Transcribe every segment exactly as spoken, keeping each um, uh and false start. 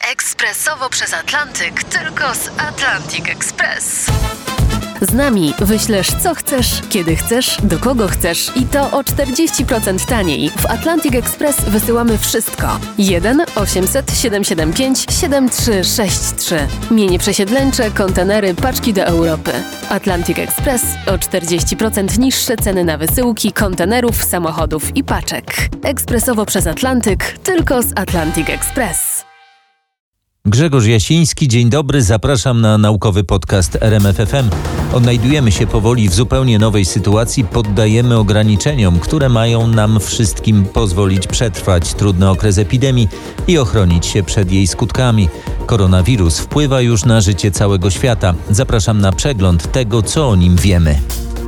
Ekspresowo przez Atlantyk, tylko z Atlantic Express. Z nami wyślesz co chcesz, kiedy chcesz, do kogo chcesz i to o czterdzieści procent taniej. W Atlantic Express wysyłamy wszystko. jeden osiemset siedemset siedemdziesiąt pięć siedemdziesiąt trzy sześćdziesiąt trzy. Mienie przesiedleńcze, kontenery, paczki do Europy. Atlantic Express o czterdzieści procent niższe ceny na wysyłki kontenerów, samochodów i paczek. Ekspresowo przez Atlantyk, tylko z Atlantic Express. Grzegorz Jasiński, dzień dobry, zapraszam na naukowy podcast R M F F M. Odnajdujemy się powoli w zupełnie nowej sytuacji, poddajemy ograniczeniom, które mają nam wszystkim pozwolić przetrwać trudny okres epidemii i ochronić się przed jej skutkami. Koronawirus wpływa już na życie całego świata. Zapraszam na przegląd tego, co o nim wiemy.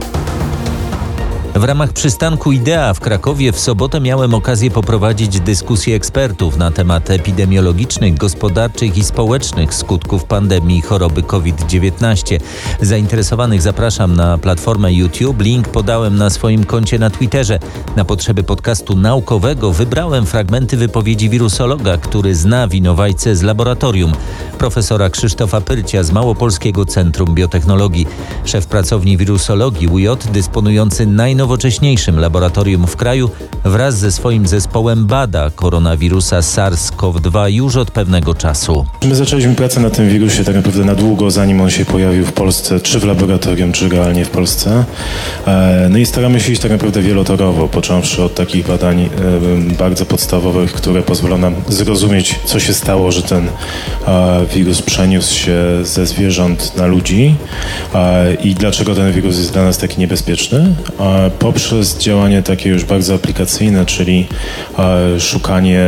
W ramach przystanku Idea w Krakowie w sobotę miałem okazję poprowadzić dyskusję ekspertów na temat epidemiologicznych, gospodarczych i społecznych skutków pandemii choroby COVID dziewiętnaście. Zainteresowanych zapraszam na platformę YouTube. Link podałem na swoim koncie na Twitterze. Na potrzeby podcastu naukowego wybrałem fragmenty wypowiedzi wirusologa, który zna winowajcę z laboratorium, profesora Krzysztofa Pyrcia z Małopolskiego Centrum Biotechnologii. Szef pracowni wirusologii U J, dysponujący najnowocześniejszym najnowocześniejszym laboratorium w kraju, wraz ze swoim zespołem bada koronawirusa SARS-CoV dwa już od pewnego czasu. My zaczęliśmy pracę na tym wirusie tak naprawdę na długo, zanim on się pojawił w Polsce, czy w laboratorium, czy realnie w Polsce. No i staramy się iść tak naprawdę wielotorowo, począwszy od takich badań bardzo podstawowych, które pozwolą nam zrozumieć, co się stało, że ten wirus przeniósł się ze zwierząt na ludzi i dlaczego ten wirus jest dla nas taki niebezpieczny. Poprzez działanie takie już bardzo aplikacyjne, czyli e, szukanie,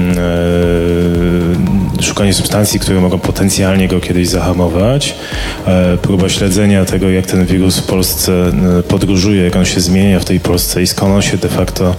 e, szukanie substancji, które mogą potencjalnie go kiedyś zahamować, e, próba śledzenia tego, jak ten wirus w Polsce podróżuje, jak on się zmienia w tej Polsce i skąd on się de facto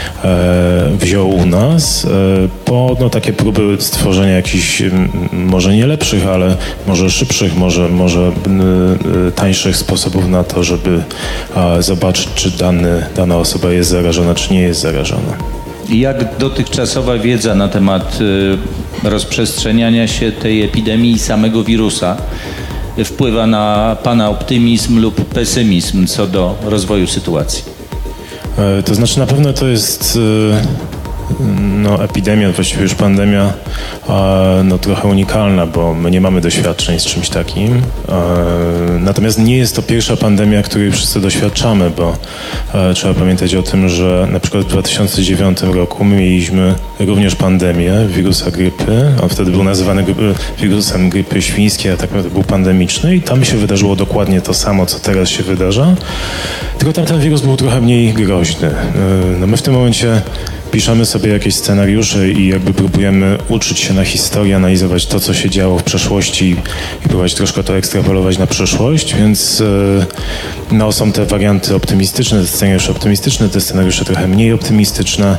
e, wziął u nas, e, po no, takie próby stworzenia jakichś m, może nie lepszych, ale może szybszych, może, może m, tańszych sposobów na to, żeby e, zobaczyć, czy dany, dana osoba jest zarażona, czy nie jest zarażona. Jak dotychczasowa wiedza na temat y, rozprzestrzeniania się tej epidemii i samego wirusa wpływa na Pana optymizm lub pesymizm co do rozwoju sytuacji? E, to znaczy na pewno to jest y, no, epidemia, właściwie już pandemia e, no, trochę unikalna, bo my nie mamy doświadczeń z czymś takim. E, natomiast nie jest to pierwsza pandemia, której wszyscy doświadczamy, bo e, trzeba pamiętać o tym, że na przykład w dwa tysiące dziewiątym roku my mieliśmy również pandemię wirusa grypy. On wtedy był nazywany wirusem grypy świńskiej, a tak naprawdę był pandemiczny i tam się wydarzyło dokładnie to samo, co teraz się wydarza. Tylko tam ten wirus był trochę mniej groźny. E, no my w tym momencie piszemy sobie jakieś scenariusze i jakby próbujemy uczyć się na historii, analizować to, co się działo w przeszłości i próbować troszkę to ekstrapolować na przyszłość, więc no, są te warianty optymistyczne, te scenariusze optymistyczne, te scenariusze trochę mniej optymistyczne.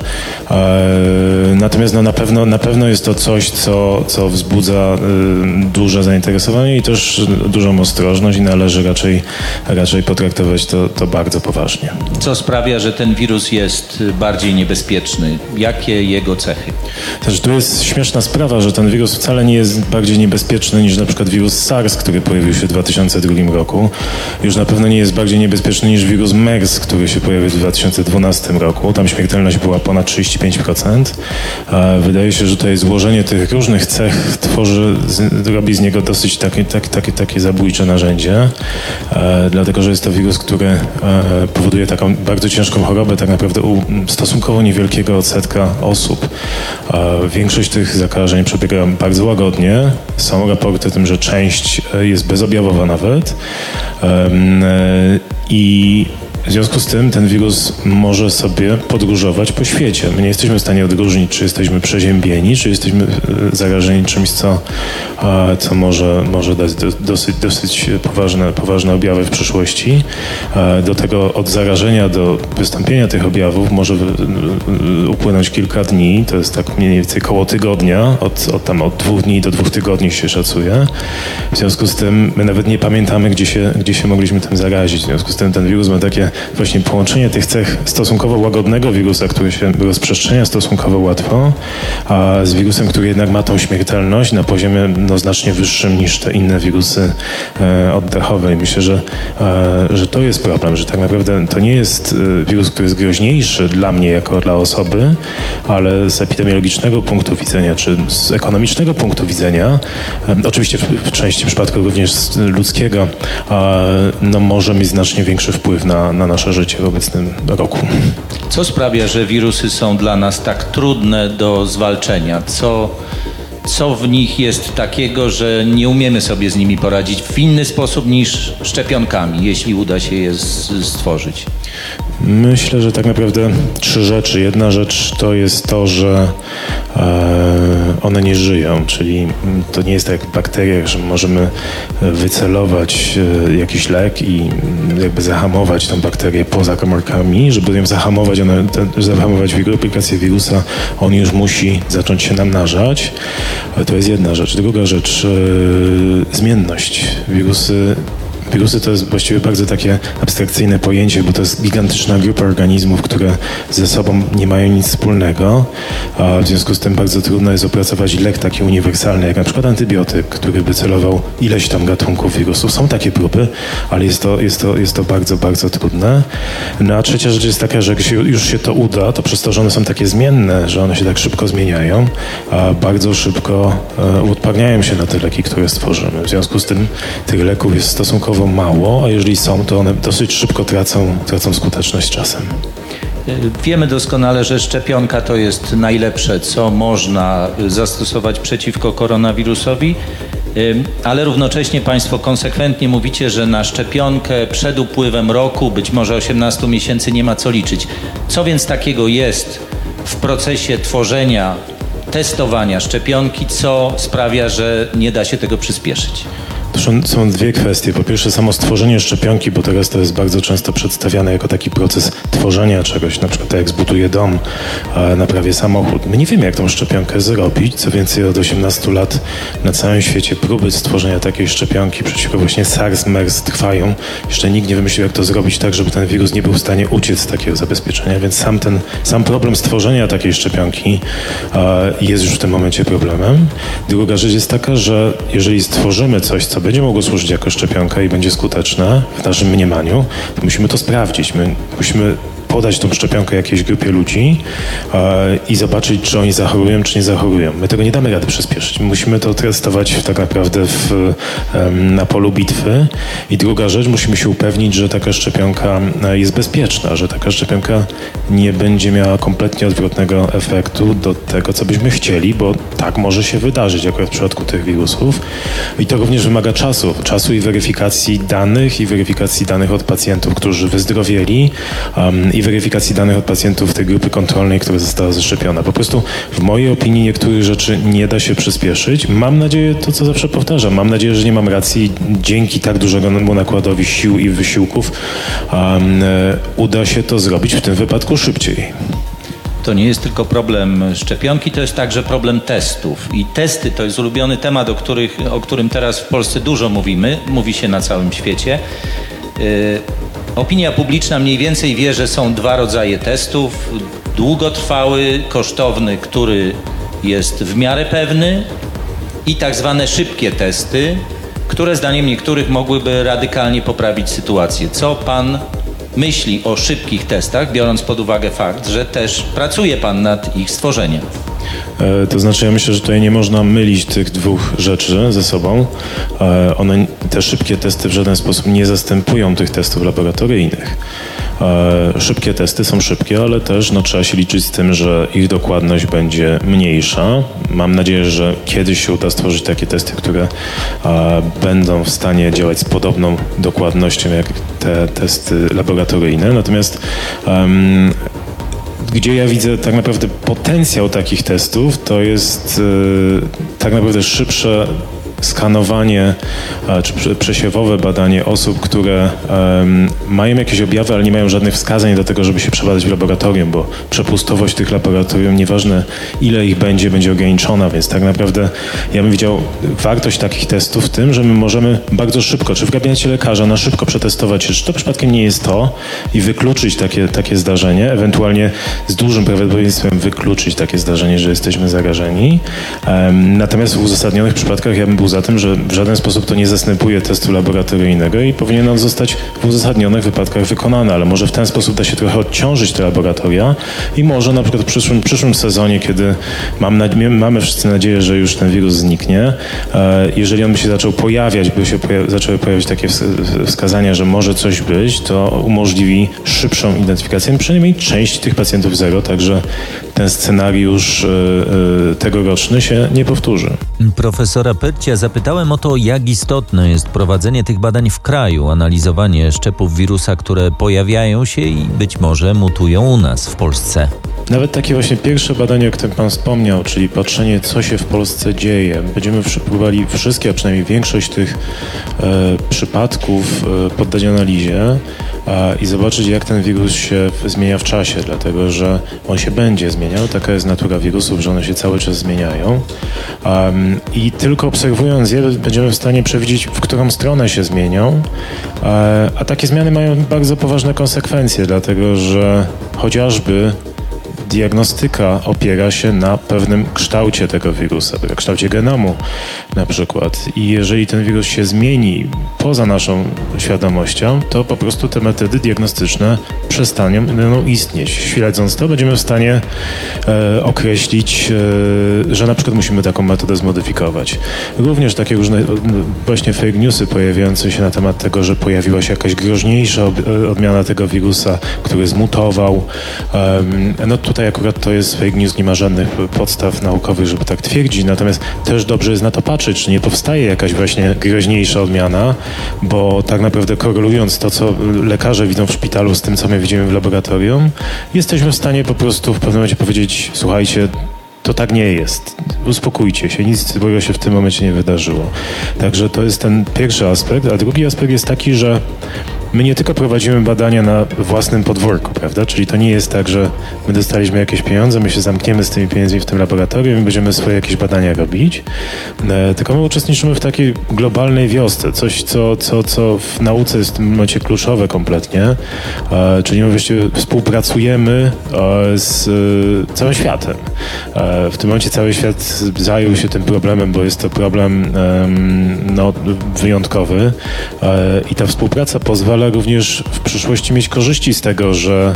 Natomiast no, na pewno, na pewno jest to coś, co, co wzbudza duże zainteresowanie i też dużą ostrożność i należy raczej, raczej potraktować to, to bardzo poważnie. Co sprawia, że ten wirus jest bardziej niebezpieczny? Jakie jego cechy? Znaczy, tu jest śmieszna sprawa, że ten wirus wcale nie jest bardziej niebezpieczny niż na przykład wirus SARS, który pojawił się w dwa tysiące drugim roku. Już na pewno nie jest bardziej niebezpieczny niż wirus MERS, który się pojawił w dwa tysiące dwunastym roku. Tam śmiertelność była ponad trzydzieści pięć procent. Wydaje się, że tutaj złożenie tych różnych cech tworzy, robi z niego dosyć takie, takie, takie, takie zabójcze narzędzie, dlatego że jest to wirus, który powoduje taką bardzo ciężką chorobę, tak naprawdę u stosunkowo niewielkiego odsetka osób. Większość tych zakażeń przebiega bardzo łagodnie. Są raporty o tym, że część jest bezobjawowa nawet. I w związku z tym ten wirus może sobie podróżować po świecie. My nie jesteśmy w stanie odróżnić, czy jesteśmy przeziębieni, czy jesteśmy zarażeni czymś, co, co może, może dać dosyć, dosyć poważne, poważne objawy w przyszłości. Do tego od zarażenia do wystąpienia tych objawów może upłynąć kilka dni. To jest tak mniej więcej koło tygodnia. Od, od, tam, od dwóch dni do dwóch tygodni się szacuje. W związku z tym my nawet nie pamiętamy, gdzie się, gdzie się mogliśmy tym zarazić. W związku z tym ten wirus ma takie właśnie połączenie tych cech stosunkowo łagodnego wirusa, który się rozprzestrzenia stosunkowo łatwo, a z wirusem, który jednak ma tą śmiertelność na poziomie no, znacznie wyższym niż te inne wirusy e, oddechowe. I myślę, że, e, że to jest problem, że tak naprawdę to nie jest wirus, który jest groźniejszy dla mnie jako dla osoby, ale z epidemiologicznego punktu widzenia, czy z ekonomicznego punktu widzenia, e, oczywiście w, w części przypadku również ludzkiego, e, no, może mieć znacznie większy wpływ na, na nasze życie w obecnym roku. Co sprawia, że wirusy są dla nas tak trudne do zwalczenia? Co, co w nich jest takiego, że nie umiemy sobie z nimi poradzić w inny sposób niż szczepionkami, jeśli uda się je stworzyć? Myślę, że tak naprawdę trzy rzeczy. Jedna rzecz to jest to, że e, one nie żyją, czyli to nie jest tak jak w bakteriach, że możemy wycelować e, jakiś lek i jakby zahamować tę bakterię poza komórkami. Żeby ją zahamować, one, te, zahamować replikację wirusa, on już musi zacząć się namnażać. To jest jedna rzecz. Druga rzecz, e, zmienność. Wirusy Wirusy to jest właściwie bardzo takie abstrakcyjne pojęcie, bo to jest gigantyczna grupa organizmów, które ze sobą nie mają nic wspólnego, a w związku z tym bardzo trudno jest opracować lek taki uniwersalny, jak na przykład antybiotyk, który by celował ileś tam gatunków wirusów. Są takie próby, ale jest to, jest to, jest to bardzo, bardzo trudne. No a trzecia rzecz jest taka, że jak się, już się to uda, to przez to, że one są takie zmienne, że one się tak szybko zmieniają, a bardzo szybko e, uodparniają się na te leki, które stworzymy. W związku z tym tych leków jest stosunkowo mało, a jeżeli są, to one dosyć szybko tracą, tracą skuteczność czasem. Wiemy doskonale, że szczepionka to jest najlepsze, co można zastosować przeciwko koronawirusowi, ale równocześnie Państwo konsekwentnie mówicie, że na szczepionkę przed upływem roku, być może osiemnastu miesięcy nie ma co liczyć. Co więc takiego jest w procesie tworzenia, testowania szczepionki, co sprawia, że nie da się tego przyspieszyć? To są dwie kwestie. Po pierwsze samo stworzenie szczepionki, bo teraz to jest bardzo często przedstawiane jako taki proces tworzenia czegoś, na przykład tak jak zbuduję dom, naprawię samochód. My nie wiemy, jak tą szczepionkę zrobić. Co więcej, od osiemnastu lat na całym świecie próby stworzenia takiej szczepionki przeciwko właśnie SARS, MERS trwają. Jeszcze nikt nie wymyślił, jak to zrobić tak, żeby ten wirus nie był w stanie uciec z takiego zabezpieczenia, więc sam ten, sam problem stworzenia takiej szczepionki jest już w tym momencie problemem. Druga rzecz jest taka, że jeżeli stworzymy coś, co będzie mogło służyć jako szczepionka i będzie skuteczne w naszym mniemaniu, to musimy to sprawdzić. My musimy podać tą szczepionkę jakiejś grupie ludzi e, i zobaczyć, czy oni zachorują, czy nie zachorują. My tego nie damy rady przyspieszyć. My musimy to testować tak naprawdę w, e, na polu bitwy. I druga rzecz, musimy się upewnić, że taka szczepionka jest bezpieczna, że taka szczepionka nie będzie miała kompletnie odwrotnego efektu do tego, co byśmy chcieli, bo tak może się wydarzyć akurat w przypadku tych wirusów. I to również wymaga czasu. Czasu i weryfikacji danych, i weryfikacji danych od pacjentów, którzy wyzdrowieli, um, i weryfikacji danych od pacjentów tej grupy kontrolnej, która została zaszczepiona. Po prostu w mojej opinii niektórych rzeczy nie da się przyspieszyć. Mam nadzieję, to co zawsze powtarzam, mam nadzieję, że nie mam racji. Dzięki tak dużemu nakładowi sił i wysiłków um, uda się to zrobić w tym wypadku szybciej. To nie jest tylko problem szczepionki, to jest także problem testów. I testy to jest ulubiony temat, o, których, o którym teraz w Polsce dużo mówimy, mówi się na całym świecie. Yy, Opinia publiczna mniej więcej wie, że są dwa rodzaje testów. Długotrwały, kosztowny, który jest w miarę pewny, i tak zwane szybkie testy, które zdaniem niektórych mogłyby radykalnie poprawić sytuację. Co pan myśli o szybkich testach, biorąc pod uwagę fakt, że też pracuje pan nad ich stworzeniem? To znaczy, ja myślę, że tutaj nie można mylić tych dwóch rzeczy ze sobą. One, te szybkie testy w żaden sposób nie zastępują tych testów laboratoryjnych. Szybkie testy są szybkie, ale też no, trzeba się liczyć z tym, że ich dokładność będzie mniejsza. Mam nadzieję, że kiedyś się uda stworzyć takie testy, które a, będą w stanie działać z podobną dokładnością jak te testy laboratoryjne. Natomiast um, gdzie ja widzę tak naprawdę potencjał takich testów, to jest yy, tak naprawdę szybsze skanowanie czy przesiewowe badanie osób, które um, mają jakieś objawy, ale nie mają żadnych wskazań do tego, żeby się przebadać w laboratorium, bo przepustowość tych laboratorium, nieważne ile ich będzie, będzie ograniczona, więc tak naprawdę ja bym widział wartość takich testów w tym, że my możemy bardzo szybko, czy w gabinecie lekarza na szybko przetestować się, czy to przypadkiem nie jest to i wykluczyć takie, takie zdarzenie, ewentualnie z dużym prawdopodobieństwem wykluczyć takie zdarzenie, że jesteśmy zarażeni. Um, natomiast w uzasadnionych przypadkach ja bym był za tym, że w żaden sposób to nie zastępuje testu laboratoryjnego i powinien on zostać w uzasadnionych wypadkach wykonany, ale może w ten sposób da się trochę odciążyć te laboratoria i może na przykład w przyszłym, przyszłym sezonie, kiedy mam nadzie- mamy wszyscy nadzieję, że już ten wirus zniknie, e, jeżeli on by się zaczął pojawiać, by się poja- zaczęły pojawiać takie wskazania, że może coś być, to umożliwi szybszą identyfikację przynajmniej części tych pacjentów zero, także ten scenariusz e, e, tegoroczny się nie powtórzy. Profesora Pyrcia zapytałem o to, jak istotne jest prowadzenie tych badań w kraju, analizowanie szczepów wirusa, które pojawiają się i być może mutują u nas w Polsce. Nawet takie właśnie pierwsze badanie, o którym Pan wspomniał, czyli patrzenie, co się w Polsce dzieje. Będziemy próbowali wszystkie, a przynajmniej większość tych e, przypadków e, poddać analizie e, i zobaczyć, jak ten wirus się zmienia w czasie, dlatego że on się będzie zmieniał. Taka jest natura wirusów, że one się cały czas zmieniają. Um, I tylko obserwując je, będziemy w stanie przewidzieć, w którą stronę się zmienią. E, a takie zmiany mają bardzo poważne konsekwencje, dlatego że chociażby diagnostyka opiera się na pewnym kształcie tego wirusa, kształcie genomu na przykład. I jeżeli ten wirus się zmieni poza naszą świadomością, to po prostu te metody diagnostyczne przestaną będą istnieć. Śledząc to, będziemy w stanie e, określić, e, że na przykład musimy taką metodę zmodyfikować. Również takie różne właśnie fake newsy pojawiające się na temat tego, że pojawiła się jakaś groźniejsza odmiana tego wirusa, który zmutował. E, no tutaj akurat to jest fake news, nie ma żadnych podstaw naukowych, żeby tak twierdzić, natomiast też dobrze jest na to patrzeć, czy nie powstaje jakaś właśnie groźniejsza odmiana, bo tak naprawdę korelując to, co lekarze widzą w szpitalu z tym, co my widzimy w laboratorium, jesteśmy w stanie po prostu w pewnym momencie powiedzieć, słuchajcie, to tak nie jest. Uspokójcie się, nic złego się w tym momencie nie wydarzyło. Także to jest ten pierwszy aspekt, a drugi aspekt jest taki, że my nie tylko prowadzimy badania na własnym podwórku, prawda? Czyli to nie jest tak, że my dostaliśmy jakieś pieniądze, my się zamkniemy z tymi pieniędzmi w tym laboratorium i będziemy swoje jakieś badania robić, e, tylko my uczestniczymy w takiej globalnej wiosce, coś, co, co, co w nauce jest w tym momencie kluczowe kompletnie, e, czyli my właściwie współpracujemy e, z e, całym światem. E, w tym momencie cały świat zajął się tym problemem, bo jest to problem e, no, wyjątkowy e, i ta współpraca pozwala również w przyszłości mieć korzyści z tego, że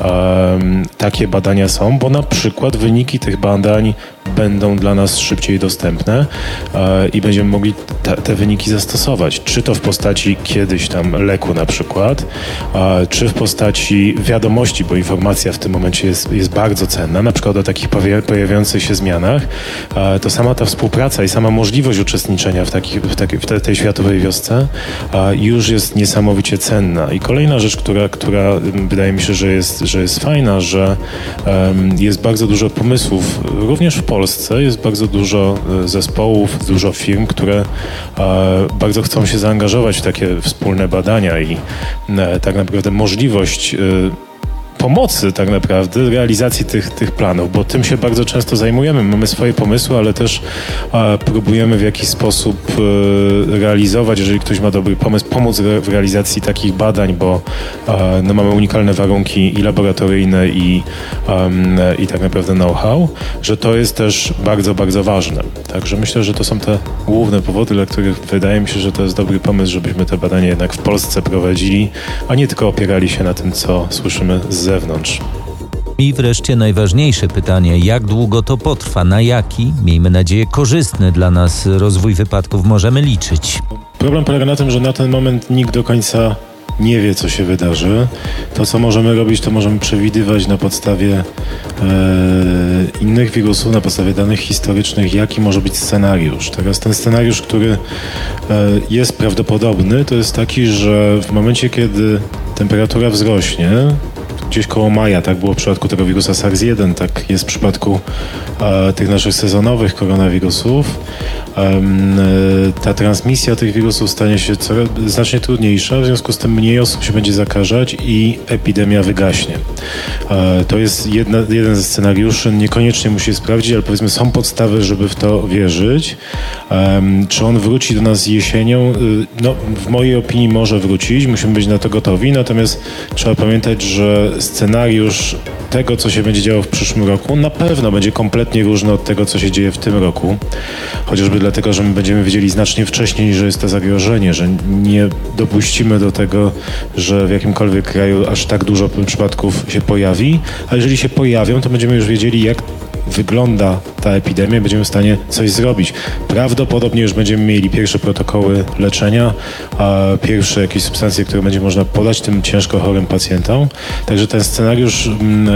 um, takie badania są, bo na przykład wyniki tych badań będą dla nas szybciej dostępne e, i będziemy mogli te, te wyniki zastosować. Czy to w postaci kiedyś tam leku na przykład, e, czy w postaci wiadomości, bo informacja w tym momencie jest, jest bardzo cenna, na przykład o takich powie, pojawiających się zmianach, e, to sama ta współpraca i sama możliwość uczestniczenia w, takich, w, taki, w te, tej światowej wiosce e, już jest niesamowicie cenna. I kolejna rzecz, która, która wydaje mi się, że jest, że jest fajna, że e, jest bardzo dużo pomysłów, również w Polsce, W Polsce jest bardzo dużo zespołów, dużo firm, które e, bardzo chcą się zaangażować w takie wspólne badania i e, tak naprawdę możliwość e, pomocy tak naprawdę realizacji tych, tych planów, bo tym się bardzo często zajmujemy. Mamy swoje pomysły, ale też e, próbujemy w jakiś sposób e, realizować, jeżeli ktoś ma dobry pomysł, pomóc re, w realizacji takich badań, bo e, no, mamy unikalne warunki i laboratoryjne i, e, i tak naprawdę know-how, że to jest też bardzo, bardzo ważne. Także myślę, że to są te główne powody, dla których wydaje mi się, że to jest dobry pomysł, żebyśmy te badania jednak w Polsce prowadzili, a nie tylko opierali się na tym, co słyszymy z zewnątrz. I wreszcie najważniejsze pytanie, jak długo to potrwa, na jaki, miejmy nadzieję, korzystny dla nas rozwój wypadków możemy liczyć? Problem polega na tym, że na ten moment nikt do końca nie wie, co się wydarzy. To, co możemy robić, to możemy przewidywać na podstawie e, innych wirusów, na podstawie danych historycznych, jaki może być scenariusz. Teraz ten scenariusz, który e, jest prawdopodobny, to jest taki, że w momencie, kiedy temperatura wzrośnie, gdzieś koło maja. Tak było w przypadku tego wirusa SARS jeden, tak jest w przypadku e, tych naszych sezonowych koronawirusów. E, ta transmisja tych wirusów stanie się coraz, znacznie trudniejsza, w związku z tym mniej osób się będzie zakażać i epidemia wygaśnie. E, to jest jedna, jeden ze scenariuszy, niekoniecznie musi się sprawdzić, ale powiedzmy są podstawy, żeby w to wierzyć. E, czy on wróci do nas jesienią? No, w mojej opinii może wrócić, musimy być na to gotowi, natomiast trzeba pamiętać, że scenariusz tego, co się będzie działo w przyszłym roku, na pewno będzie kompletnie różny od tego, co się dzieje w tym roku. Chociażby dlatego, że my będziemy wiedzieli znacznie wcześniej, że jest to zagrożenie, że nie dopuścimy do tego, że w jakimkolwiek kraju aż tak dużo przypadków się pojawi, a jeżeli się pojawią, to będziemy już wiedzieli, jak wygląda ta epidemia, będziemy w stanie coś zrobić. Prawdopodobnie już będziemy mieli pierwsze protokoły leczenia, a pierwsze jakieś substancje, które będzie można podać tym ciężko chorym pacjentom. Także ten scenariusz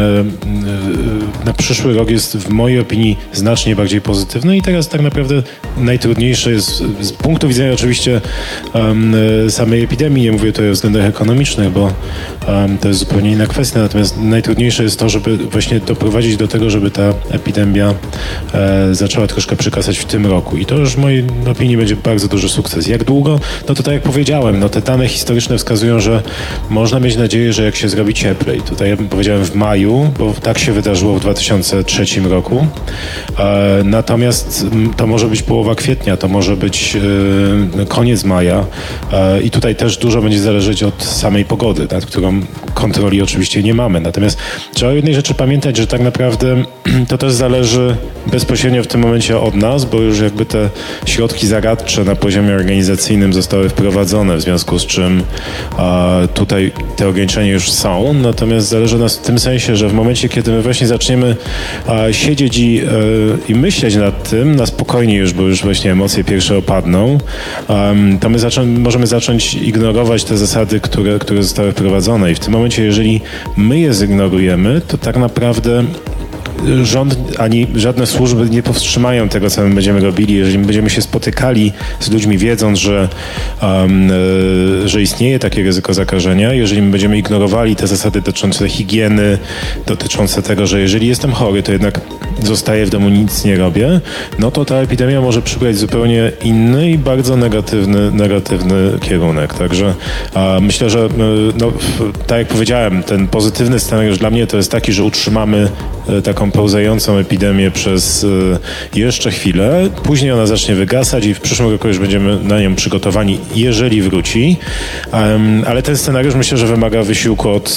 na przyszły rok jest w mojej opinii znacznie bardziej pozytywny i teraz tak naprawdę najtrudniejsze jest z punktu widzenia oczywiście um, samej epidemii, nie mówię tutaj o względach ekonomicznych, bo um, to jest zupełnie inna kwestia, natomiast najtrudniejsze jest to, żeby właśnie doprowadzić do tego, żeby ta epidemia e, zaczęła troszkę przykasać w tym roku i to już w mojej opinii będzie bardzo duży sukces. Jak długo? No to tak jak powiedziałem, no te dane historyczne wskazują, że można mieć nadzieję, że jak się zrobi cieplej, tutaj ja bym powiedziałem w maju, bo tak się wydarzyło w dwa tysiące trzecim roku, e, natomiast to może być połowa kwietnia, to może być e, koniec maja e, i tutaj też dużo będzie zależeć od samej pogody, nad którą kontroli oczywiście nie mamy. Natomiast trzeba o jednej rzeczy pamiętać, że tak naprawdę to też zależy bezpośrednio w tym momencie od nas, bo już jakby te środki zaradcze na poziomie organizacyjnym zostały wprowadzone, w związku z czym a, tutaj te ograniczenia już są, natomiast zależy nas w tym sensie, że w momencie, kiedy my właśnie zaczniemy a, siedzieć i, e, i myśleć nad tym, na spokojnie już, bo już właśnie emocje pierwsze opadną, a, to my zaczą- możemy zacząć ignorować te zasady, które, które zostały wprowadzone i w tym momencie, jeżeli my je zignorujemy, to tak naprawdę rząd ani żadne służby nie powstrzymają tego, co my będziemy robili. Jeżeli my będziemy się spotykali z ludźmi, wiedząc, że, um, e, że istnieje takie ryzyko zakażenia, jeżeli my będziemy ignorowali te zasady dotyczące higieny, dotyczące tego, że jeżeli jestem chory, to jednak zostaję w domu, nic nie robię, no to ta epidemia może przybrać zupełnie inny i bardzo negatywny, negatywny kierunek. Także a, myślę, że no, tak jak powiedziałem, ten pozytywny scenariusz dla mnie to jest taki, że utrzymamy taką pełzającą epidemię przez jeszcze chwilę, później ona zacznie wygasać i w przyszłym roku już będziemy na nią przygotowani, jeżeli wróci. Um, ale ten scenariusz myślę, że wymaga wysiłku od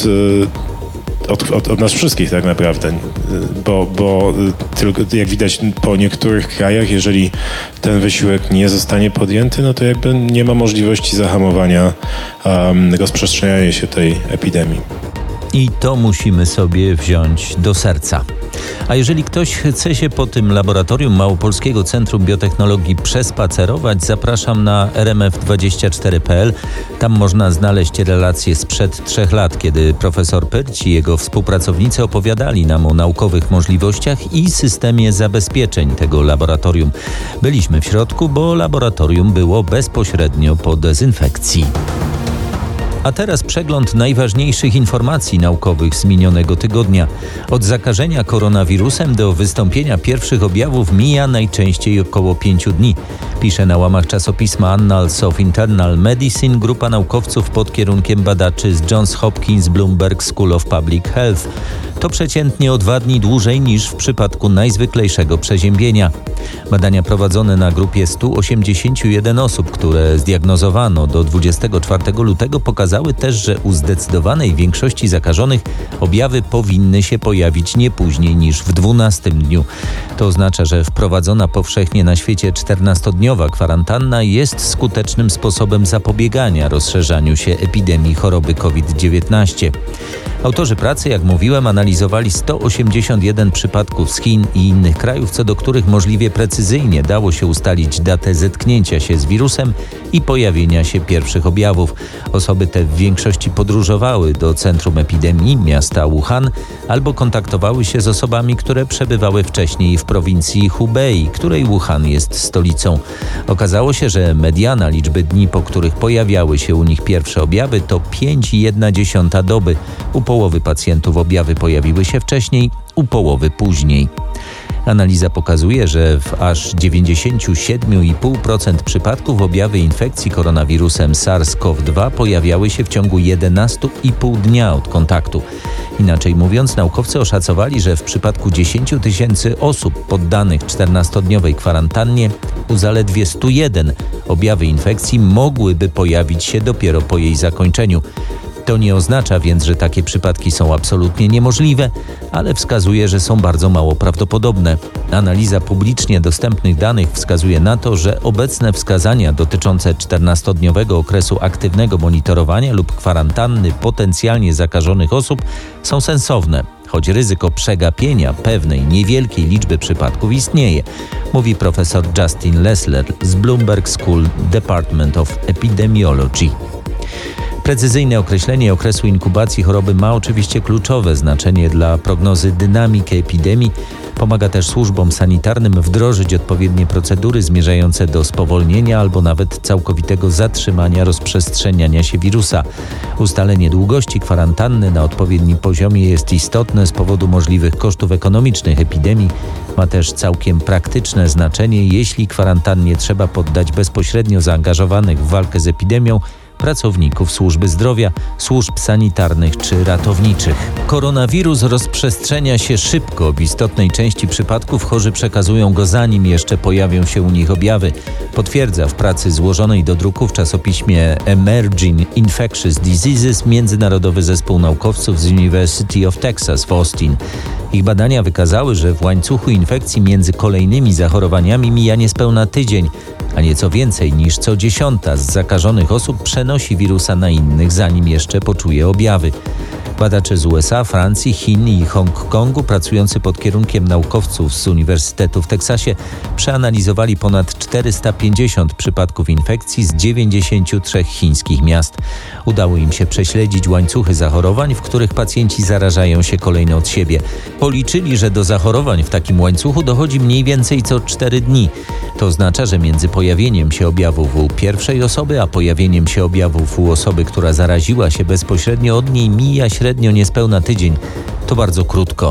Od, od, od nas wszystkich tak naprawdę, bo, bo tylko jak widać po niektórych krajach, jeżeli ten wysiłek nie zostanie podjęty, no to jakby nie ma możliwości zahamowania um, rozprzestrzeniania się tej epidemii. I to musimy sobie wziąć do serca. A jeżeli ktoś chce się po tym laboratorium Małopolskiego Centrum Biotechnologii przespacerować, zapraszam na r m f dwadzieścia cztery kropka p l. Tam można znaleźć relacje sprzed trzech lat, kiedy profesor Pyrć i jego współpracownicy opowiadali nam o naukowych możliwościach i systemie zabezpieczeń tego laboratorium. Byliśmy w środku, bo laboratorium było bezpośrednio po dezynfekcji. A teraz przegląd najważniejszych informacji naukowych z minionego tygodnia. Od zakażenia koronawirusem do wystąpienia pierwszych objawów mija najczęściej około pięciu dni. Pisze na łamach czasopisma Annals of Internal Medicine grupa naukowców pod kierunkiem badaczy z Johns Hopkins Bloomberg School of Public Health. To przeciętnie o dwa dni dłużej niż w przypadku najzwyklejszego przeziębienia. Badania prowadzone na grupie stu osiemdziesięciu jeden osób, które zdiagnozowano do dwudziestego czwartego lutego, pokazały też, że u zdecydowanej większości zakażonych objawy powinny się pojawić nie później niż w dwunastym dniu. To oznacza, że wprowadzona powszechnie na świecie czternastodniowa kwarantanna jest skutecznym sposobem zapobiegania rozszerzaniu się epidemii choroby COVID dziewiętnaście. Autorzy pracy, jak mówiłem, analizowali sto osiemdziesiąt jeden przypadków z Chin i innych krajów, co do których możliwie precyzyjnie dało się ustalić datę zetknięcia się z wirusem i pojawienia się pierwszych objawów. Osoby te w większości podróżowały do centrum epidemii, miasta Wuhan, albo kontaktowały się z osobami, które przebywały wcześniej w prowincji Hubei, której Wuhan jest stolicą. Okazało się, że mediana liczby dni, po których pojawiały się u nich pierwsze objawy, to pięć i jedna dziesiąta doby. U połowy pacjentów objawy pojawiły się wcześniej, u połowy później. Analiza pokazuje, że w aż dziewięćdziesiąt siedem i pół procent przypadków objawy infekcji koronawirusem SARS-C o V dwa pojawiały się w ciągu jedenaście i pół dnia od kontaktu. Inaczej mówiąc, naukowcy oszacowali, że w przypadku dziesięć tysięcy osób poddanych czternastodniowej kwarantannie u zaledwie stu jeden objawy infekcji mogłyby pojawić się dopiero po jej zakończeniu. To nie oznacza więc, że takie przypadki są absolutnie niemożliwe, ale wskazuje, że są bardzo mało prawdopodobne. Analiza publicznie dostępnych danych wskazuje na to, że obecne wskazania dotyczące czternastodniowego okresu aktywnego monitorowania lub kwarantanny potencjalnie zakażonych osób są sensowne, choć ryzyko przegapienia pewnej niewielkiej liczby przypadków istnieje, mówi profesor Justin Lessler z Bloomberg School Department of Epidemiology. Precyzyjne określenie okresu inkubacji choroby ma oczywiście kluczowe znaczenie dla prognozy dynamiki epidemii. Pomaga też służbom sanitarnym wdrożyć odpowiednie procedury zmierzające do spowolnienia albo nawet całkowitego zatrzymania rozprzestrzeniania się wirusa. Ustalenie długości kwarantanny na odpowiednim poziomie jest istotne z powodu możliwych kosztów ekonomicznych epidemii. Ma też całkiem praktyczne znaczenie, jeśli kwarantannie trzeba poddać bezpośrednio zaangażowanych w walkę z epidemią pracowników służby zdrowia, służb sanitarnych czy ratowniczych. Koronawirus rozprzestrzenia się szybko. W istotnej części przypadków chorzy przekazują go zanim jeszcze pojawią się u nich objawy. Potwierdza w pracy złożonej do druku w czasopiśmie Emerging Infectious Diseases międzynarodowy zespół naukowców z University of Texas w Austin. Ich badania wykazały, że w łańcuchu infekcji między kolejnymi zachorowaniami mija niespełna tydzień, a nieco więcej niż co dziesiąta z zakażonych osób przenosi wirusa na innych, zanim jeszcze poczuje objawy. Badacze z U S A, Francji, Chin i Hongkongu, pracujący pod kierunkiem naukowców z Uniwersytetu w Teksasie, przeanalizowali ponad czterysta pięćdziesiąt przypadków infekcji z dziewięćdziesięciu trzech chińskich miast. Udało im się prześledzić łańcuchy zachorowań, w których pacjenci zarażają się kolejno od siebie. Policzyli, że do zachorowań w takim łańcuchu dochodzi mniej więcej co cztery dni. To oznacza, że między pojawieniem się objawów u pierwszej osoby, a pojawieniem się objawów u osoby, która zaraziła się bezpośrednio od niej, mija średnio niespełna tydzień. To bardzo krótko.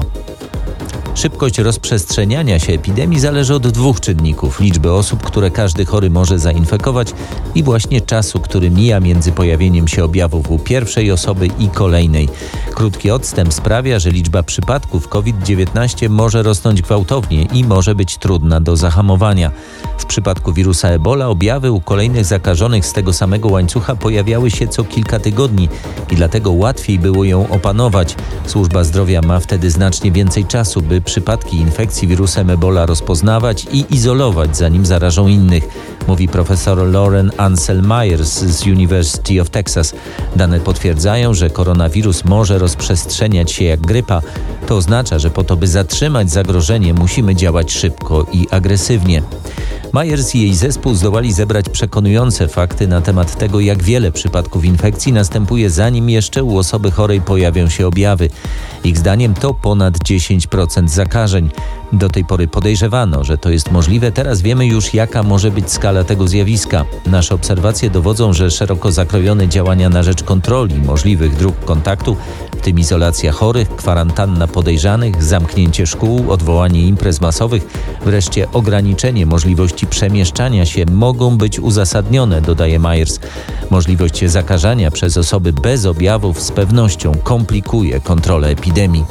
Szybkość rozprzestrzeniania się epidemii zależy od dwóch czynników: liczby osób, które każdy chory może zainfekować, i właśnie czasu, który mija między pojawieniem się objawów u pierwszej osoby i kolejnej. Krótki odstęp sprawia, że liczba przypadków COVID dziewiętnaście może rosnąć gwałtownie i może być trudna do zahamowania. W przypadku wirusa Ebola objawy u kolejnych zakażonych z tego samego łańcucha pojawiały się co kilka tygodni i dlatego łatwiej było ją opanować. Służba zdrowia ma wtedy znacznie więcej czasu, by przypadki infekcji wirusem Ebola rozpoznawać i izolować, zanim zarażą innych, mówi profesor Lauren Ansel Myers z University of Texas. Dane potwierdzają, że koronawirus może rozprzestrzeniać się jak grypa. To oznacza, że po to, by zatrzymać zagrożenie, musimy działać szybko i agresywnie. Myers i jej zespół zdołali zebrać przekonujące fakty na temat tego, jak wiele przypadków infekcji następuje, zanim jeszcze u osoby chorej pojawią się objawy. Ich zdaniem to ponad dziesięć procent zakażeń. Do tej pory podejrzewano, że to jest możliwe. Teraz wiemy już, jaka może być skala tego zjawiska. Nasze obserwacje dowodzą, że szeroko zakrojone działania na rzecz kontroli możliwych dróg kontaktu, w tym izolacja chorych, kwarantanna podejrzanych, zamknięcie szkół, odwołanie imprez masowych, wreszcie ograniczenie możliwości przemieszczania się, mogą być uzasadnione, dodaje Myers. Możliwość zakażania przez osoby bez objawów z pewnością komplikuje kontrolę epidemii.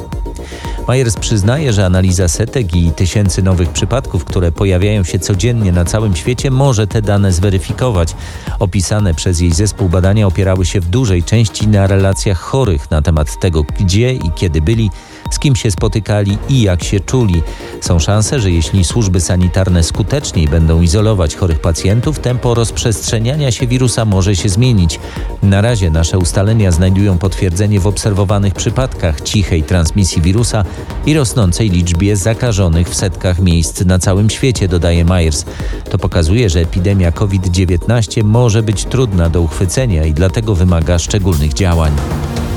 Myers przyznaje, że analiza setek i tysięcy nowych przypadków, które pojawiają się codziennie na całym świecie, może te dane zweryfikować. Opisane przez jej zespół badania opierały się w dużej części na relacjach chorych na temat tego, gdzie i kiedy byli, z kim się spotykali i jak się czuli. Są szanse, że jeśli służby sanitarne skuteczniej będą izolować chorych pacjentów, tempo rozprzestrzeniania się wirusa może się zmienić. Na razie nasze ustalenia znajdują potwierdzenie w obserwowanych przypadkach cichej transmisji wirusa i rosnącej liczbie zakażonych w setkach miejsc na całym świecie, dodaje Myers. To pokazuje, że epidemia COVID dziewiętnaście może być trudna do uchwycenia i dlatego wymaga szczególnych działań.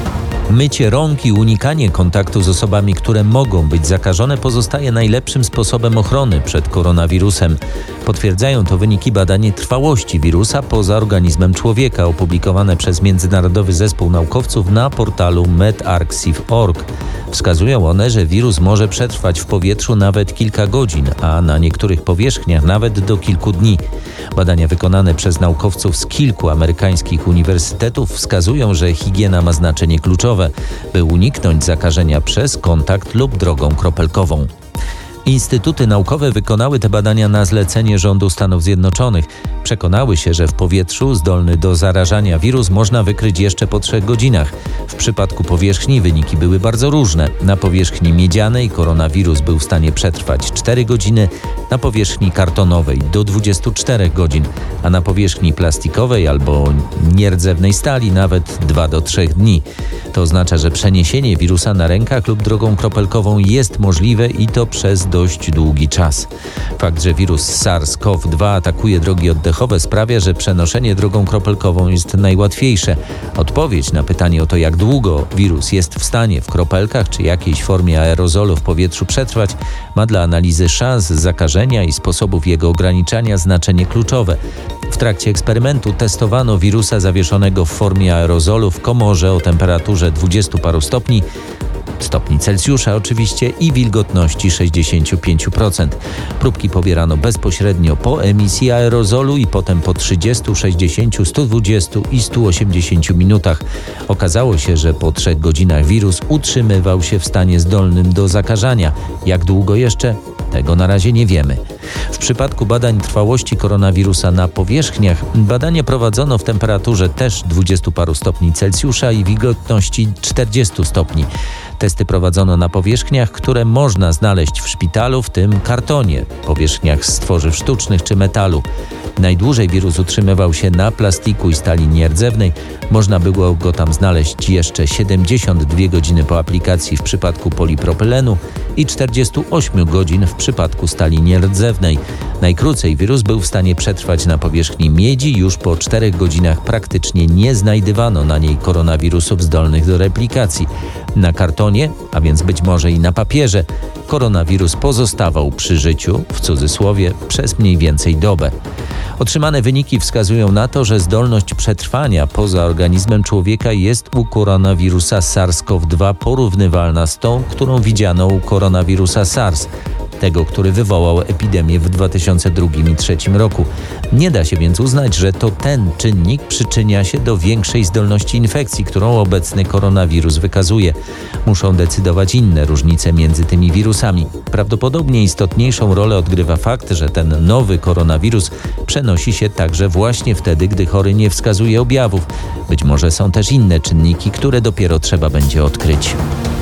Mycie rąk i unikanie kontaktu z osobami, które mogą być zakażone, pozostaje najlepszym sposobem ochrony przed koronawirusem. Potwierdzają to wyniki badań trwałości wirusa poza organizmem człowieka, opublikowane przez Międzynarodowy Zespół Naukowców na portalu medarxiv kropka org. Wskazują one, że wirus może przetrwać w powietrzu nawet kilka godzin, a na niektórych powierzchniach nawet do kilku dni. Badania wykonane przez naukowców z kilku amerykańskich uniwersytetów wskazują, że higiena ma znaczenie kluczowe, by uniknąć zakażenia przez kontakt lub drogą kropelkową. Instytuty naukowe wykonały te badania na zlecenie rządu Stanów Zjednoczonych. Przekonały się, że w powietrzu zdolny do zarażania wirus można wykryć jeszcze po trzech godzinach. W przypadku powierzchni wyniki były bardzo różne. Na powierzchni miedzianej koronawirus był w stanie przetrwać cztery godziny, na powierzchni kartonowej do dwudziestu czterech godzin, a na powierzchni plastikowej albo nierdzewnej stali nawet dwa do trzech dni. To oznacza, że przeniesienie wirusa na rękach lub drogą kropelkową jest możliwe i to przez dość długi czas. Fakt, że wirus SARS-C o W dwa atakuje drogi oddechowe, sprawia, że przenoszenie drogą kropelkową jest najłatwiejsze. Odpowiedź na pytanie o to, jak długo wirus jest w stanie w kropelkach czy jakiejś formie aerozolu w powietrzu przetrwać, ma dla analizy szans zakażenia i sposobów jego ograniczania znaczenie kluczowe. W trakcie eksperymentu testowano wirusa zawieszonego w formie aerozolu w komorze o temperaturze dwudziestu paru stopni, stopni Celsjusza oczywiście, i wilgotności sześćdziesiąt pięć procent. Próbki pobierano bezpośrednio po emisji aerozolu i potem po trzydziestu, sześćdziesięciu, stu dwudziestu i stu osiemdziesięciu minutach. Okazało się, że po trzech godzinach wirus utrzymywał się w stanie zdolnym do zakażania. Jak długo jeszcze? Tego na razie nie wiemy. W przypadku badań trwałości koronawirusa na powierzchniach badania prowadzono w temperaturze też dwudziestu paru stopni Celsjusza i wilgotności czterdziestu stopni. Testy prowadzono na powierzchniach, które można znaleźć w szpitalu, w tym kartonie, powierzchniach z tworzyw sztucznych czy metalu. Najdłużej wirus utrzymywał się na plastiku i stali nierdzewnej. Można było go tam znaleźć jeszcze siedemdziesiąt dwie godziny po aplikacji w przypadku polipropylenu i czterdzieści osiem godzin w przypadku stali nierdzewnej. Najkrócej wirus był w stanie przetrwać na powierzchni miedzi. Już po czterech godzinach praktycznie nie znajdywano na niej koronawirusów zdolnych do replikacji. Na kartonie, a więc być może i na papierze, koronawirus pozostawał przy życiu, w cudzysłowie, przez mniej więcej dobę. Otrzymane wyniki wskazują na to, że zdolność przetrwania poza organizmem człowieka jest u koronawirusa SARS-C o W dwa porównywalna z tą, którą widziano u koronawirusa SARS, tego, który wywołał epidemię w dwa tysiące drugim i dwa tysiące trzecim roku. Nie da się więc uznać, że to ten czynnik przyczynia się do większej zdolności infekcji, którą obecny koronawirus wykazuje. Muszą decydować inne różnice między tymi wirusami. Prawdopodobnie istotniejszą rolę odgrywa fakt, że ten nowy koronawirus przenosi się także właśnie wtedy, gdy chory nie wskazuje objawów. Być może są też inne czynniki, które dopiero trzeba będzie odkryć.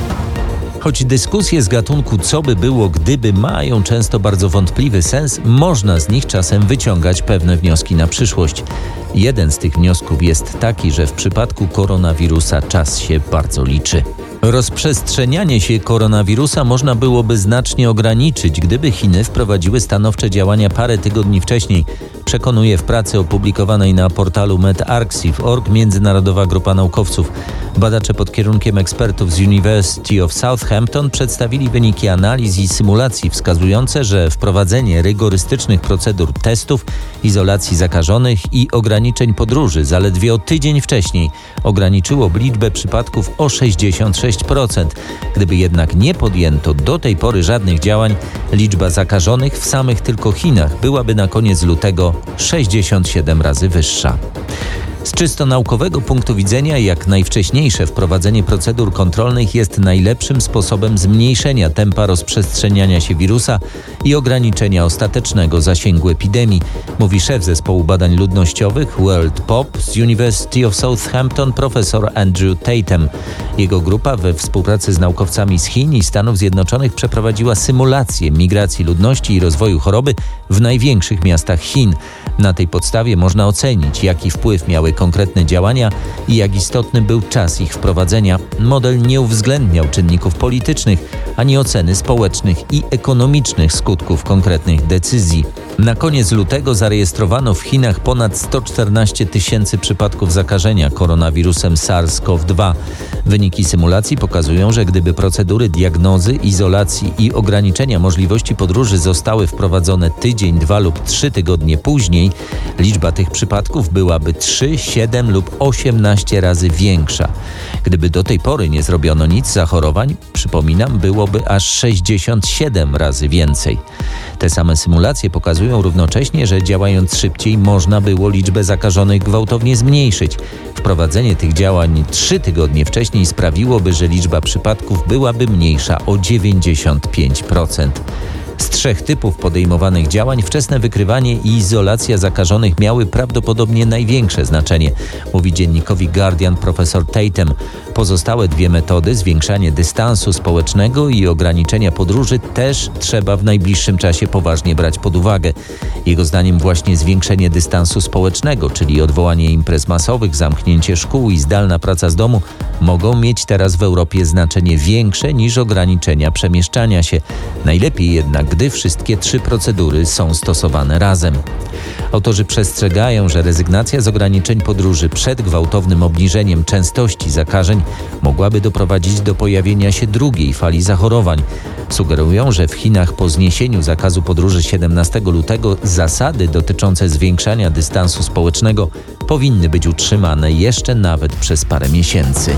Choć dyskusje z gatunku co by było gdyby mają często bardzo wątpliwy sens, można z nich czasem wyciągać pewne wnioski na przyszłość. Jeden z tych wniosków jest taki, że w przypadku koronawirusa czas się bardzo liczy. Rozprzestrzenianie się koronawirusa można byłoby znacznie ograniczyć, gdyby Chiny wprowadziły stanowcze działania parę tygodni wcześniej, przekonuje w pracy opublikowanej na portalu medarxiv kropka org międzynarodowa grupa naukowców. Badacze pod kierunkiem ekspertów z University of Southampton przedstawili wyniki analiz i symulacji wskazujące, że wprowadzenie rygorystycznych procedur testów, izolacji zakażonych i ograniczeń podróży zaledwie o tydzień wcześniej ograniczyłoby liczbę przypadków o sześćdziesiąt sześć procent. Gdyby jednak nie podjęto do tej pory żadnych działań, liczba zakażonych w samych tylko Chinach byłaby na koniec lutego sześćdziesiąt siedem razy wyższa. Z czysto naukowego punktu widzenia jak najwcześniejsze wprowadzenie procedur kontrolnych jest najlepszym sposobem zmniejszenia tempa rozprzestrzeniania się wirusa i ograniczenia ostatecznego zasięgu epidemii, mówi szef zespołu badań ludnościowych World P O P z University of Southampton profesor Andrew Tatum. Jego grupa we współpracy z naukowcami z Chin i Stanów Zjednoczonych przeprowadziła symulację migracji ludności i rozwoju choroby w największych miastach Chin. Na tej podstawie można ocenić, jaki wpływ miały konkretne działania i jak istotny był czas ich wprowadzenia. Model nie uwzględniał czynników politycznych ani oceny społecznych i ekonomicznych skutków konkretnych decyzji. Na koniec lutego zarejestrowano w Chinach ponad sto czternaście tysięcy przypadków zakażenia koronawirusem SARS-CoV dwa. Wyniki symulacji pokazują, że gdyby procedury diagnozy, izolacji i ograniczenia możliwości podróży zostały wprowadzone tydzień, dwa lub trzy tygodnie później, liczba tych przypadków byłaby trzy, siedem lub osiemnaście razy większa. Gdyby do tej pory nie zrobiono nic, zachorowań, przypominam, byłoby aż sześćdziesiąt siedem razy więcej. Te same symulacje pokazują równocześnie, że działając szybciej można było liczbę zakażonych gwałtownie zmniejszyć. Wprowadzenie tych działań trzy tygodnie wcześniej sprawiłoby, że liczba przypadków byłaby mniejsza o dziewięćdziesiąt pięć procent. Z trzech typów podejmowanych działań wczesne wykrywanie i izolacja zakażonych miały prawdopodobnie największe znaczenie, mówi dziennikowi Guardian profesor Tatum. Pozostałe dwie metody, zwiększanie dystansu społecznego i ograniczenia podróży, też trzeba w najbliższym czasie poważnie brać pod uwagę. Jego zdaniem właśnie zwiększenie dystansu społecznego, czyli odwołanie imprez masowych, zamknięcie szkół i zdalna praca z domu, mogą mieć teraz w Europie znaczenie większe niż ograniczenia przemieszczania się. Najlepiej jednak, gdy wszystkie trzy procedury są stosowane razem. Autorzy przestrzegają, że rezygnacja z ograniczeń podróży przed gwałtownym obniżeniem częstości zakażeń mogłaby doprowadzić do pojawienia się drugiej fali zachorowań. Sugerują, że w Chinach po zniesieniu zakazu podróży siedemnastego lutego zasady dotyczące zwiększania dystansu społecznego powinny być utrzymane jeszcze nawet przez parę miesięcy.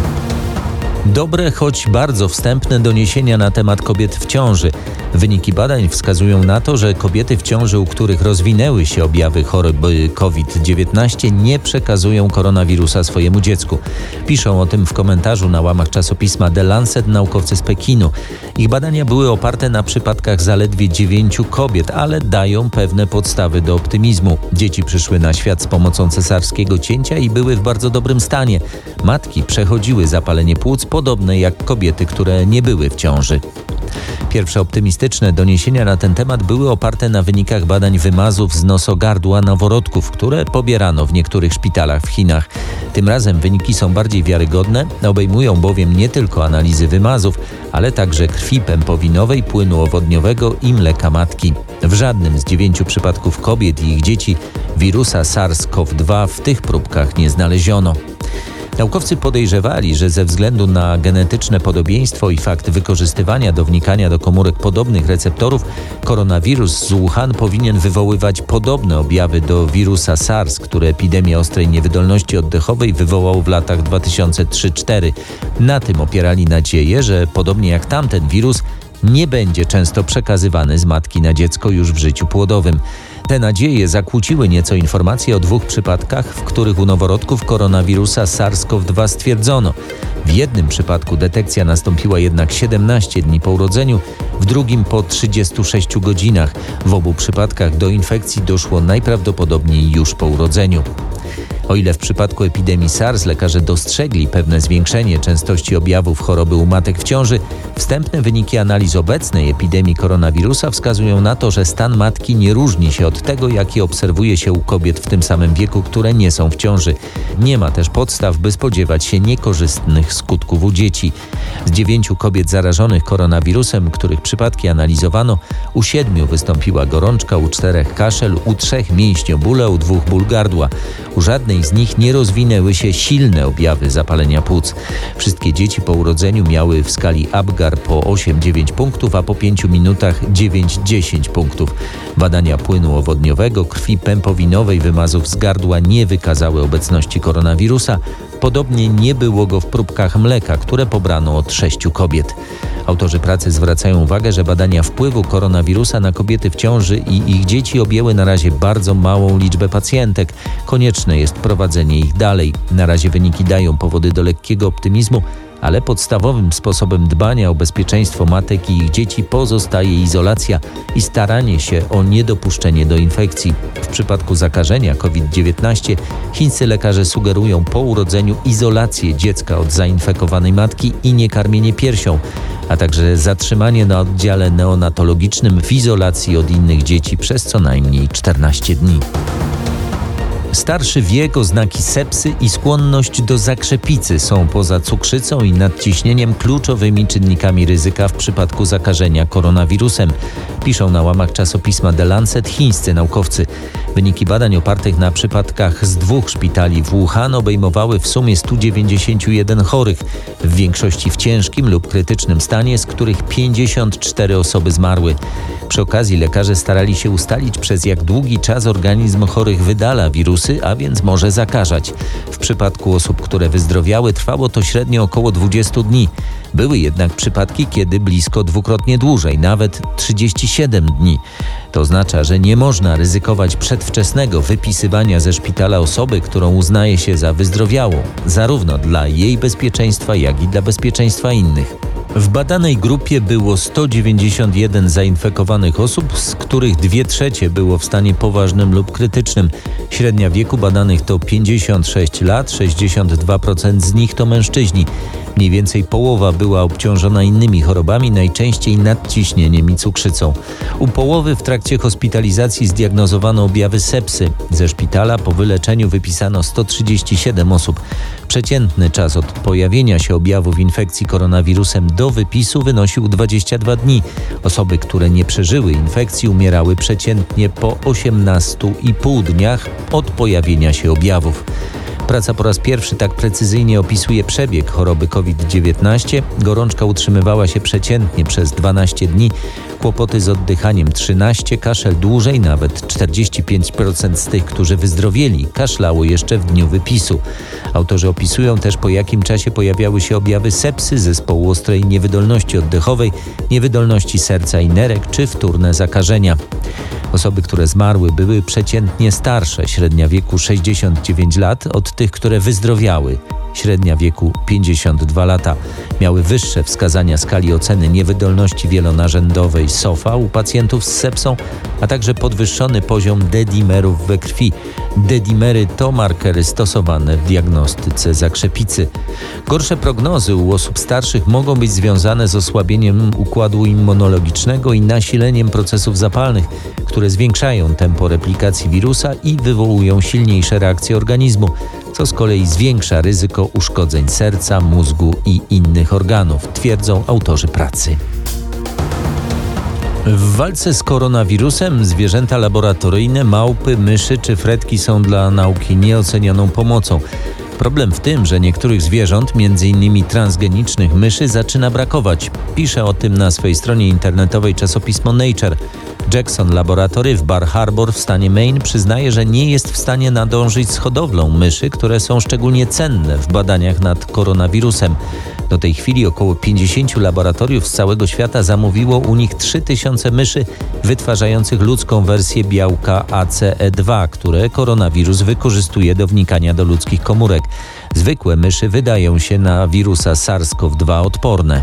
Dobre, choć bardzo wstępne doniesienia na temat kobiet w ciąży. Wyniki badań wskazują na to, że kobiety w ciąży, u których rozwinęły się objawy choroby COVID dziewiętnaście, nie przekazują koronawirusa swojemu dziecku. Piszą o tym w komentarzu na łamach czasopisma The Lancet naukowcy z Pekinu. Ich badania były oparte na przypadkach zaledwie dziewięciu kobiet, ale dają pewne podstawy do optymizmu. Dzieci przyszły na świat z pomocą cesarskiego cięcia i były w bardzo dobrym stanie. Matki przechodziły zapalenie płuc, podobne jak kobiety, które nie były w ciąży. Pierwsze optymistyczne doniesienia na ten temat były oparte na wynikach badań wymazów z nosogardła noworodków, które pobierano w niektórych szpitalach w Chinach. Tym razem wyniki są bardziej wiarygodne, obejmują bowiem nie tylko analizy wymazów, ale także krwi pępowinowej, płynu owodniowego i mleka matki. W żadnym z dziewięciu przypadków kobiet i ich dzieci wirusa SARS-CoV dwa w tych próbkach nie znaleziono. Naukowcy podejrzewali, że ze względu na genetyczne podobieństwo i fakt wykorzystywania do wnikania do komórek podobnych receptorów, koronawirus z Wuhan powinien wywoływać podobne objawy do wirusa SARS, który epidemię ostrej niewydolności oddechowej wywołał w latach dwa tysiące trzy do czwartego. Na tym opierali nadzieję, że podobnie jak tamten wirus, nie będzie często przekazywany z matki na dziecko już w życiu płodowym. Te nadzieje zakłóciły nieco informacje o dwóch przypadkach, w których u noworodków koronawirusa SARS-CoV dwa stwierdzono. W jednym przypadku detekcja nastąpiła jednak siedemnaście dni po urodzeniu, w drugim po trzydziestu sześciu godzinach. W obu przypadkach do infekcji doszło najprawdopodobniej już po urodzeniu. O ile w przypadku epidemii SARS lekarze dostrzegli pewne zwiększenie częstości objawów choroby u matek w ciąży, wstępne wyniki analiz obecnej epidemii koronawirusa wskazują na to, że stan matki nie różni się od tego, jaki obserwuje się u kobiet w tym samym wieku, które nie są w ciąży. Nie ma też podstaw, by spodziewać się niekorzystnych skutków u dzieci. Z dziewięciu kobiet zarażonych koronawirusem, których przypadki analizowano, u siedmiu wystąpiła gorączka, u czterech kaszel, u trzech mięśniobóle, u dwóch ból gardła. U żadnej z nich nie rozwinęły się silne objawy zapalenia płuc. Wszystkie dzieci po urodzeniu miały w skali Apgar po osiem dziewięć punktów, a po pięciu minutach dziewięć dziesięć punktów. Badania płynu owodniowego, krwi pępowinowej, wymazów z gardła nie wykazały obecności koronawirusa. Podobnie nie było go w próbkach mleka, które pobrano od sześciu kobiet. Autorzy pracy zwracają uwagę, że badania wpływu koronawirusa na kobiety w ciąży i ich dzieci objęły na razie bardzo małą liczbę pacjentek. Konieczne jest prowadzenie ich dalej. Na razie wyniki dają powody do lekkiego optymizmu, ale podstawowym sposobem dbania o bezpieczeństwo matek i ich dzieci pozostaje izolacja i staranie się o niedopuszczenie do infekcji. W przypadku zakażenia COVID dziewiętnaście chińscy lekarze sugerują po urodzeniu izolację dziecka od zainfekowanej matki i niekarmienie piersią, a także zatrzymanie na oddziale neonatologicznym w izolacji od innych dzieci przez co najmniej czternaście dni. Starszy wiek, oznaki sepsy i skłonność do zakrzepicy są poza cukrzycą i nadciśnieniem kluczowymi czynnikami ryzyka w przypadku zakażenia koronawirusem. Piszą na łamach czasopisma The Lancet chińscy naukowcy. Wyniki badań opartych na przypadkach z dwóch szpitali w Wuhan obejmowały w sumie sto dziewięćdziesiąt jeden chorych, w większości w ciężkim lub krytycznym stanie, z których pięćdziesiąt cztery osoby zmarły. Przy okazji lekarze starali się ustalić, przez jak długi czas organizm chorych wydala wirusy, a więc może zakażać. W przypadku osób, które wyzdrowiały, trwało to średnio około dwadzieścia dni. Były jednak przypadki, kiedy blisko dwukrotnie dłużej, nawet trzydzieści siedem dni. To oznacza, że nie można ryzykować przedwczesnego wypisywania ze szpitala osoby, którą uznaje się za wyzdrowiałą, zarówno dla jej bezpieczeństwa, jak i dla bezpieczeństwa innych. W badanej grupie było sto dziewięćdziesiąt jeden zainfekowanych osób, z których dwie trzecie było w stanie poważnym lub krytycznym. Średnia wieku badanych to pięćdziesiąt sześć lat, sześćdziesiąt dwa procent z nich to mężczyźni. Mniej więcej połowa była obciążona innymi chorobami, najczęściej nadciśnieniem i cukrzycą. U połowy w trakcie hospitalizacji zdiagnozowano objawy sepsy. Ze szpitala po wyleczeniu wypisano sto trzydzieści siedem osób. Przeciętny czas od pojawienia się objawów infekcji koronawirusem do wypisu wynosił dwadzieścia dwa dni. Osoby, które nie przeżyły infekcji, umierały przeciętnie po osiemnastu i pół dniach od pojawienia się objawów. Praca po raz pierwszy tak precyzyjnie opisuje przebieg choroby COVID dziewiętnaście. Gorączka utrzymywała się przeciętnie przez dwanaście dni, kłopoty z oddychaniem trzynaście, kaszel dłużej, nawet czterdzieści pięć procent z tych, którzy wyzdrowieli, kaszlało jeszcze w dniu wypisu. Autorzy opisują też, po jakim czasie pojawiały się objawy sepsy, zespołu ostrej niewydolności oddechowej, niewydolności serca i nerek czy wtórne zakażenia. Osoby, które zmarły, były przeciętnie starsze, średnia wieku sześćdziesiąt dziewięć lat, od tych, które wyzdrowiały, średnia wieku pięćdziesiąt dwa lata. Miały wyższe wskazania skali oceny niewydolności wielonarzędowej S O F A u pacjentów z sepsą, a także podwyższony poziom D-dimerów we krwi. D-dimery to markery stosowane w diagnostyce zakrzepicy. Gorsze prognozy u osób starszych mogą być związane z osłabieniem układu immunologicznego i nasileniem procesów zapalnych, które zwiększają tempo replikacji wirusa i wywołują silniejsze reakcje organizmu, co z kolei zwiększa ryzyko uszkodzeń serca, mózgu i innych organów, twierdzą autorzy pracy. W walce z koronawirusem zwierzęta laboratoryjne, małpy, myszy czy fretki są dla nauki nieocenioną pomocą. Problem w tym, że niektórych zwierząt, między innymi transgenicznych myszy, zaczyna brakować. Pisze o tym na swej stronie internetowej czasopismo Nature. Jackson Laboratory w Bar Harbor w stanie Maine przyznaje, że nie jest w stanie nadążyć z hodowlą myszy, które są szczególnie cenne w badaniach nad koronawirusem. Do tej chwili około pięćdziesięciu laboratoriów z całego świata zamówiło u nich trzy tysiące myszy wytwarzających ludzką wersję białka A C E dwa, które koronawirus wykorzystuje do wnikania do ludzkich komórek. Zwykłe myszy wydają się na wirusa SARS-CoV dwa odporne.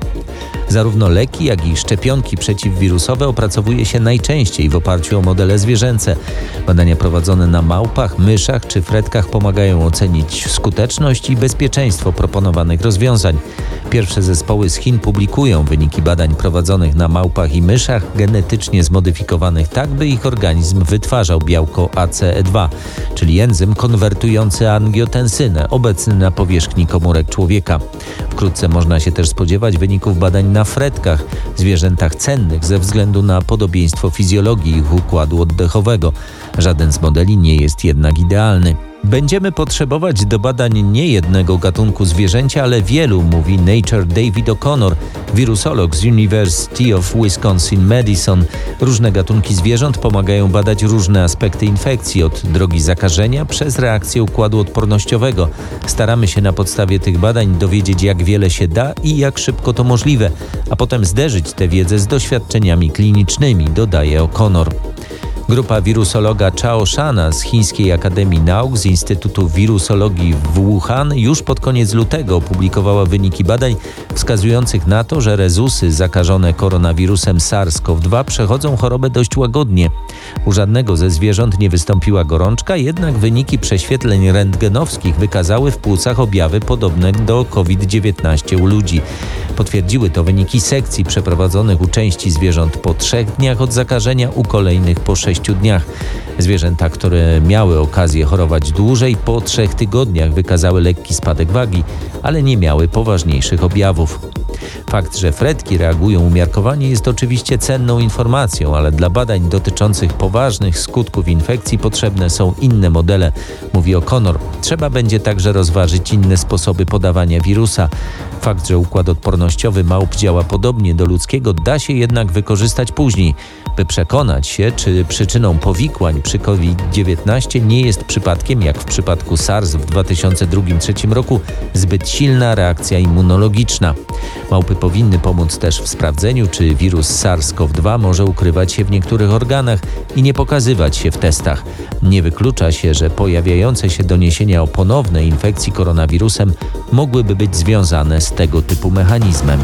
Zarówno leki, jak i szczepionki przeciwwirusowe opracowuje się najczęściej w oparciu o modele zwierzęce. Badania prowadzone na małpach, myszach czy fretkach pomagają ocenić skuteczność i bezpieczeństwo proponowanych rozwiązań. Pierwsze zespoły z Chin publikują wyniki badań prowadzonych na małpach i myszach genetycznie zmodyfikowanych tak, by ich organizm wytwarzał białko A C E dwa, czyli enzym konwertujący angiotensynę, obecny na powierzchni komórek człowieka. Wkrótce można się też spodziewać wyników badań na fretkach, zwierzętach cennych ze względu na podobieństwo fizjologii ich układu oddechowego. Żaden z modeli nie jest jednak idealny. Będziemy potrzebować do badań nie jednego gatunku zwierzęcia, ale wielu, mówi Nature David O'Connor, wirusolog z University of Wisconsin-Madison. Różne gatunki zwierząt pomagają badać różne aspekty infekcji, od drogi zakażenia przez reakcję układu odpornościowego. Staramy się na podstawie tych badań dowiedzieć, jak wiele się da i jak szybko to możliwe, a potem zderzyć tę wiedzę z doświadczeniami klinicznymi, dodaje O'Connor. Grupa wirusologa Chao Shana z Chińskiej Akademii Nauk z Instytutu Wirusologii w Wuhan już pod koniec lutego opublikowała wyniki badań wskazujących na to, że rezusy zakażone koronawirusem SARS-CoV dwa przechodzą chorobę dość łagodnie. U żadnego ze zwierząt nie wystąpiła gorączka, jednak wyniki prześwietleń rentgenowskich wykazały w płucach objawy podobne do COVID dziewiętnaście u ludzi. Potwierdziły to wyniki sekcji przeprowadzonych u części zwierząt po trzech dniach od zakażenia, u kolejnych po sześciu sześciu dniach. Zwierzęta, które miały okazję chorować dłużej, po trzech tygodniach wykazały lekki spadek wagi, ale nie miały poważniejszych objawów. Fakt, że fretki reagują umiarkowanie, jest oczywiście cenną informacją, ale dla badań dotyczących poważnych skutków infekcji potrzebne są inne modele, mówi O'Connor. Trzeba będzie także rozważyć inne sposoby podawania wirusa. Fakt, że układ odpornościowy małp działa podobnie do ludzkiego, da się jednak wykorzystać później, by przekonać się, czy przyczyną powikłań przy COVID dziewiętnaście nie jest przypadkiem, jak w przypadku SARS w dwa tysiące drugi do dwa tysiące trzeciego roku, zbyt silna reakcja immunologiczna. Małpy powinny pomóc też w sprawdzeniu, czy wirus SARS-CoV dwa może ukrywać się w niektórych organach i nie pokazywać się w testach. Nie wyklucza się, że pojawiające się doniesienia o ponownej infekcji koronawirusem mogłyby być związane z tego typu mechanizmem.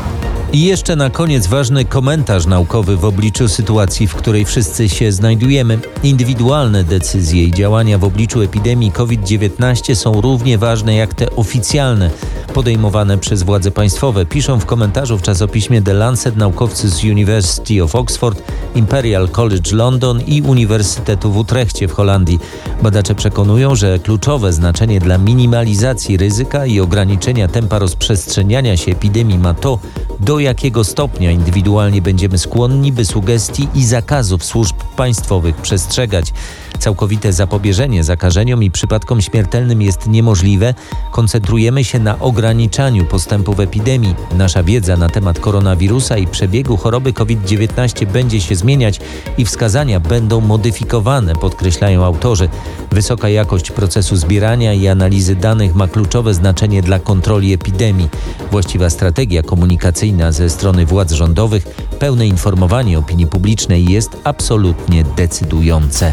I jeszcze na koniec ważny komentarz naukowy w obliczu sytuacji, w której wszyscy się znajdujemy. Indywidualne decyzje i działania w obliczu epidemii COVID dziewiętnaście są równie ważne jak te oficjalne, podejmowane przez władze państwowe. Piszą w komentarzu w czasopiśmie The Lancet naukowcy z University of Oxford, Imperial College London i Uniwersytetu w Utrechcie w Holandii. Badacze przekonują, że kluczowe znaczenie dla minimalizacji ryzyka i ograniczenia tempa rozprzestrzeniania się epidemii ma to, do jakiego stopnia indywidualnie będziemy skłonni, by sugestii i zakazów służb państwowych przestrzegać. Całkowite zapobieżenie zakażeniom i przypadkom śmiertelnym jest niemożliwe. Koncentrujemy się na ograniczaniu postępów epidemii. Nasza wiedza na temat koronawirusa i przebiegu choroby COVID dziewiętnaście będzie się zmieniać i wskazania będą modyfikowane, podkreślają autorzy. Wysoka jakość procesu zbierania i analizy danych ma kluczowe znaczenie dla kontroli epidemii. Właściwa strategia komunikacyjna ze strony władz rządowych, pełne informowanie opinii publicznej jest absolutnie decydujące.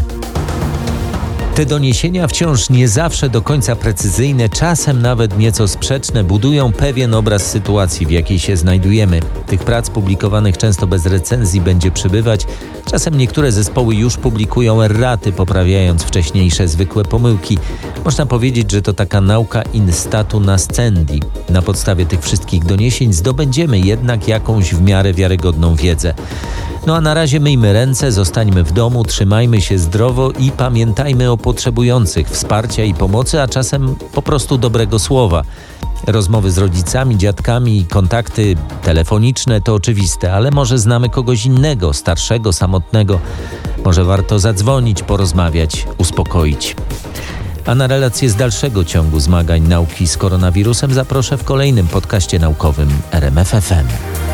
Te doniesienia, wciąż nie zawsze do końca precyzyjne, czasem nawet nieco sprzeczne, budują pewien obraz sytuacji, w jakiej się znajdujemy. Tych prac publikowanych często bez recenzji będzie przybywać. Czasem niektóre zespoły już publikują erraty, poprawiając wcześniejsze zwykłe pomyłki. Można powiedzieć, że to taka nauka in statu nascendi. Na podstawie tych wszystkich doniesień zdobędziemy jednak jakąś w miarę wiarygodną wiedzę. No a na razie myjmy ręce, zostańmy w domu, trzymajmy się zdrowo i pamiętajmy o potrzebujących wsparcia i pomocy, a czasem po prostu dobrego słowa. Rozmowy z rodzicami, dziadkami i kontakty telefoniczne to oczywiste, ale może znamy kogoś innego, starszego, samotnego. Może warto zadzwonić, porozmawiać, uspokoić. A na relację z dalszego ciągu zmagań nauki z koronawirusem zaproszę w kolejnym podcaście naukowym R M F F M.